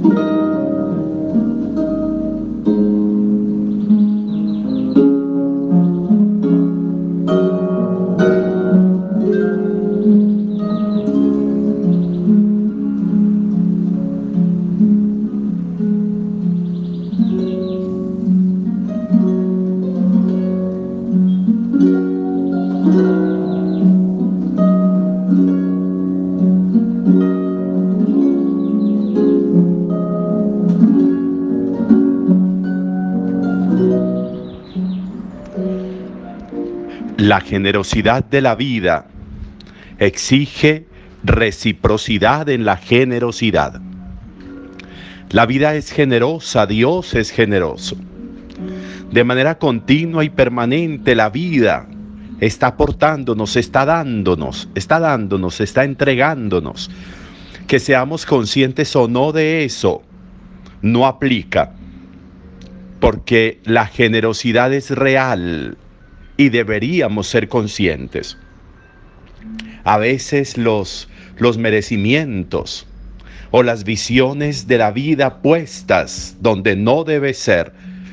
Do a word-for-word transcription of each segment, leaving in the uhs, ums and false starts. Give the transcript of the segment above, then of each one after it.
La generosidad de la vida exige reciprocidad en la generosidad. La vida es generosa, Dios es generoso. De manera continua y permanente la vida está aportándonos, está dándonos, está dándonos, está entregándonos. Que seamos conscientes o no de eso, no aplica, porque la generosidad es real y deberíamos ser conscientes. A veces los, los merecimientos o las visiones de la vida puestas donde no debe ser,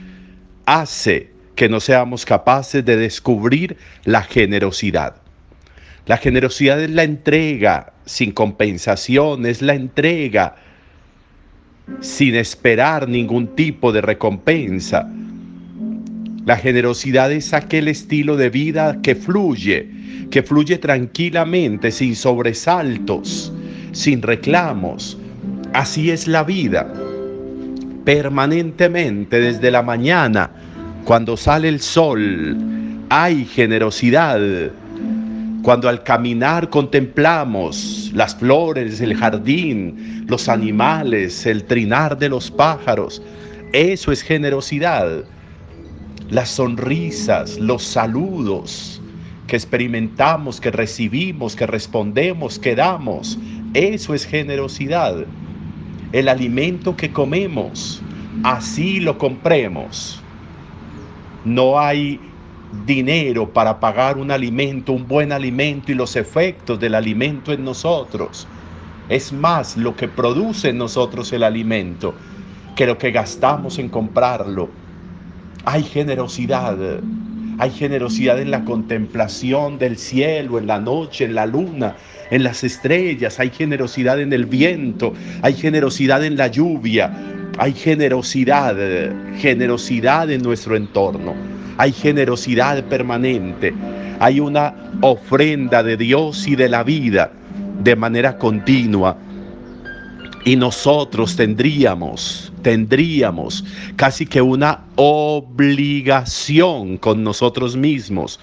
hace que no seamos capaces de descubrir la generosidad. La generosidad es la entrega sin compensación, es la entrega sin esperar ningún tipo de recompensa. La generosidad es aquel estilo de vida que fluye, que fluye tranquilamente, sin sobresaltos, sin reclamos. Así es la vida, permanentemente desde la mañana, cuando sale el sol, hay generosidad. Cuando al caminar contemplamos las flores, el jardín, los animales, el trinar de los pájaros, eso es generosidad. Las sonrisas, los saludos que experimentamos, que recibimos, que respondemos, que damos, eso es generosidad. El alimento que comemos, así lo compremos. No hay dinero para pagar un alimento, un buen alimento y los efectos del alimento en nosotros. Es más lo que produce en nosotros el alimento que lo que gastamos en comprarlo. Hay generosidad, hay generosidad en la contemplación del cielo, en la noche, en la luna, en las estrellas, hay generosidad en el viento, hay generosidad en la lluvia, hay generosidad, generosidad en nuestro entorno, hay generosidad permanente, hay una ofrenda de Dios y de la vida de manera continua. Y nosotros tendríamos, tendríamos casi que una obligación con nosotros mismos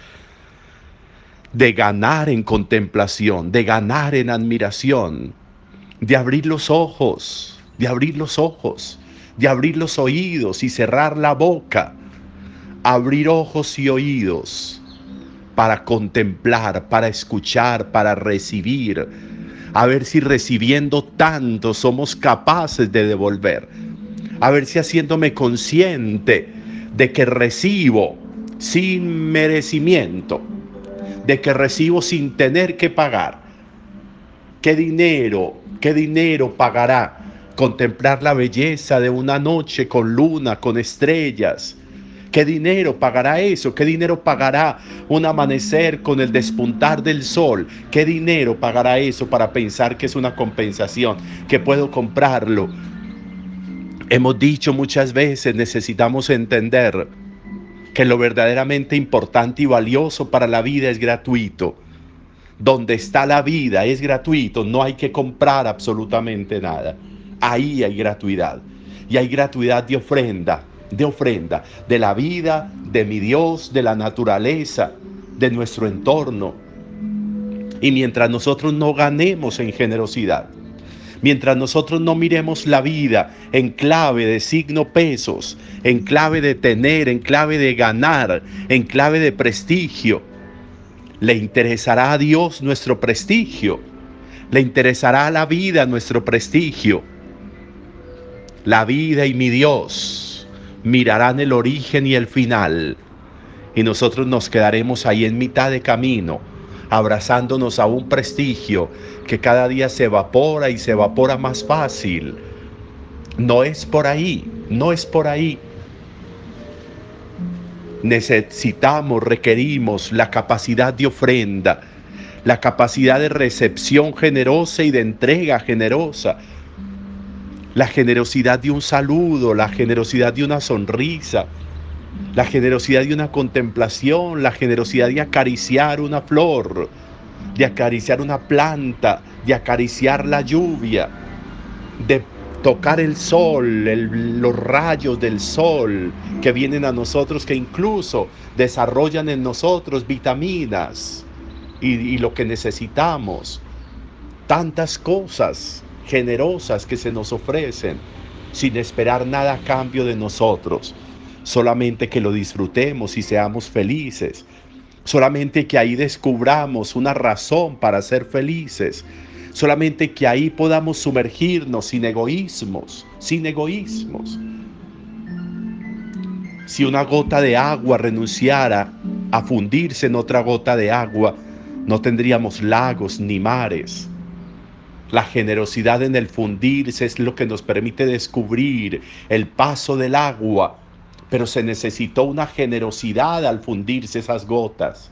de ganar en contemplación, de ganar en admiración, de abrir los ojos, de abrir los ojos, de abrir los oídos y cerrar la boca, abrir ojos y oídos para contemplar, para escuchar, para recibir. A ver si recibiendo tanto somos capaces de devolver. A ver si haciéndome consciente de que recibo sin merecimiento, de que recibo sin tener que pagar. ¿Qué dinero, qué dinero pagará contemplar la belleza de una noche con luna, con estrellas? ¿Qué dinero pagará eso? ¿Qué dinero pagará un amanecer con el despuntar del sol? ¿Qué dinero pagará eso para pensar que es una compensación, que puedo comprarlo? Hemos dicho muchas veces, necesitamos entender que lo verdaderamente importante y valioso para la vida es gratuito. Donde está la vida es gratuito, no hay que comprar absolutamente nada. Ahí hay gratuidad. Y hay gratuidad de ofrenda. de ofrenda, de la vida, de mi Dios, de la naturaleza, de nuestro entorno. Y mientras nosotros no ganemos en generosidad, mientras nosotros no miremos la vida en clave de signo pesos, en clave de tener, en clave de ganar, en clave de prestigio, le interesará a Dios nuestro prestigio, le interesará a la vida nuestro prestigio. La vida y mi Dios mirarán el origen y el final, y nosotros nos quedaremos ahí en mitad de camino, abrazándonos a un prestigio que cada día se evapora y se evapora más fácil. No es por ahí, no es por ahí. Necesitamos, requerimos la capacidad de ofrenda, la capacidad de recepción generosa y de entrega generosa, la generosidad de un saludo, la generosidad de una sonrisa, la generosidad de una contemplación, la generosidad de acariciar una flor, de acariciar una planta, de acariciar la lluvia, de tocar el sol, el, los rayos del sol que vienen a nosotros, que incluso desarrollan en nosotros vitaminas y, y lo que necesitamos. Tantas cosas generosas que se nos ofrecen sin esperar nada a cambio de nosotros. Solamente que lo disfrutemos y seamos felices. Solamente que ahí descubramos una razón para ser felices. Solamente que ahí podamos sumergirnos sin egoísmos, sin egoísmos. Si una gota de agua renunciara a fundirse en otra gota de agua, no tendríamos lagos ni mares. La generosidad en el fundirse es lo que nos permite descubrir el paso del agua, pero se necesitó una generosidad al fundirse esas gotas.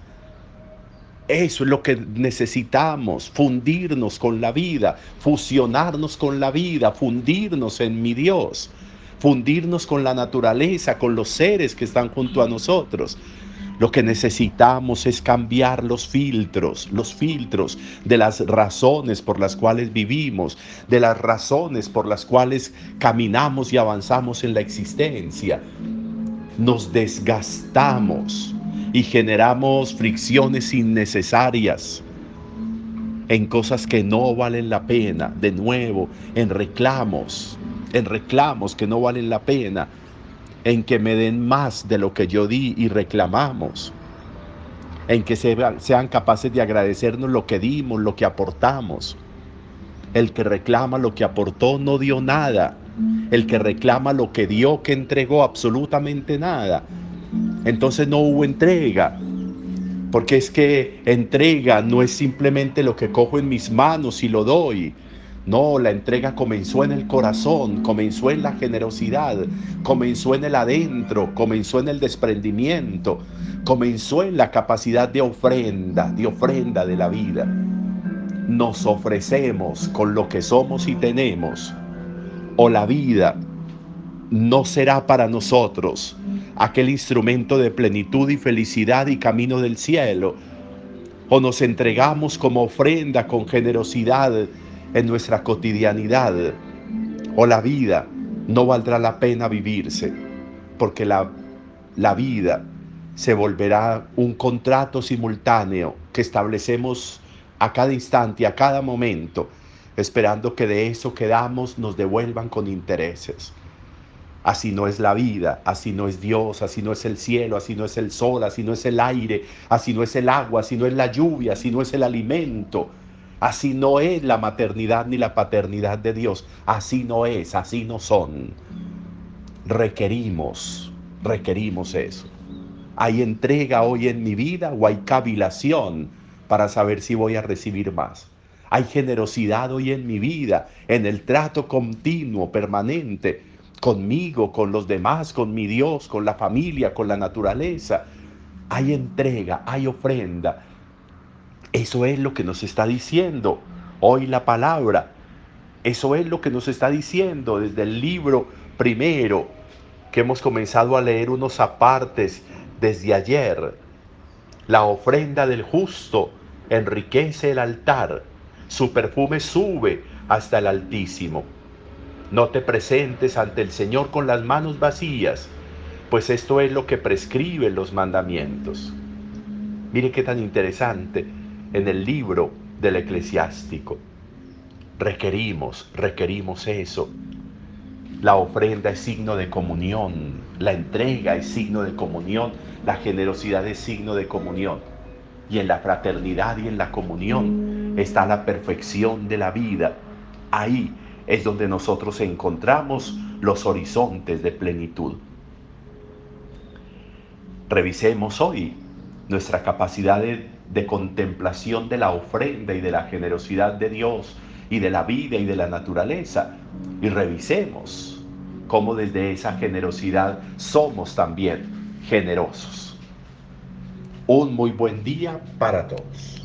Eso es lo que necesitamos, fundirnos con la vida, fusionarnos con la vida, fundirnos en mi Dios, fundirnos con la naturaleza, con los seres que están junto a nosotros. Lo que necesitamos es cambiar los filtros, los filtros de las razones por las cuales vivimos, de las razones por las cuales caminamos y avanzamos en la existencia. Nos desgastamos y generamos fricciones innecesarias en cosas que no valen la pena, de nuevo, en reclamos, en reclamos que no valen la pena, en que me den más de lo que yo di y reclamamos, en que sean capaces de agradecernos lo que dimos, lo que aportamos. El que reclama lo que aportó no dio nada. El que reclama lo que dio, que entregó, absolutamente nada. Entonces no hubo entrega, porque es que entrega no es simplemente lo que cojo en mis manos y lo doy. No, la entrega comenzó en el corazón, comenzó en la generosidad, comenzó en el adentro, comenzó en el desprendimiento, comenzó en la capacidad de ofrenda, de ofrenda de la vida. Nos ofrecemos con lo que somos y tenemos, o la vida no será para nosotros aquel instrumento de plenitud y felicidad y camino del cielo, o nos entregamos como ofrenda con generosidad en nuestra cotidianidad, o la vida no valdrá la pena vivirse, porque la, la vida se volverá un contrato simultáneo que establecemos a cada instante, a cada momento, esperando que de eso que damos nos devuelvan con intereses. Así no es la vida, así no es Dios, así no es el cielo, así no es el sol, así no es el aire, así no es el agua, así no es la lluvia, así no es el alimento. Así no es la maternidad ni la paternidad de Dios. Así no es, así no son. Requerimos, requerimos eso. ¿Hay entrega hoy en mi vida o hay cavilación para saber si voy a recibir más? ¿Hay generosidad hoy en mi vida, en el trato continuo, permanente, conmigo, con los demás, con mi Dios, con la familia, con la naturaleza? Hay entrega, hay ofrenda. Eso es lo que nos está diciendo hoy la palabra. Eso es lo que nos está diciendo desde el libro primero, que hemos comenzado a leer unos apartes desde ayer. La ofrenda del justo enriquece el altar, su perfume sube hasta el Altísimo. No te presentes ante el Señor con las manos vacías, pues esto es lo que prescriben los mandamientos. Mire qué tan interesante en el libro del Eclesiástico. Requerimos, requerimos eso. La ofrenda es signo de comunión, la entrega es signo de comunión, la generosidad es signo de comunión. Y en la fraternidad y en la comunión está la perfección de la vida. Ahí es donde nosotros encontramos los horizontes de plenitud. Revisemos hoy nuestra capacidad de, de contemplación de la ofrenda y de la generosidad de Dios y de la vida y de la naturaleza. Y revisemos cómo desde esa generosidad somos también generosos. Un muy buen día para todos.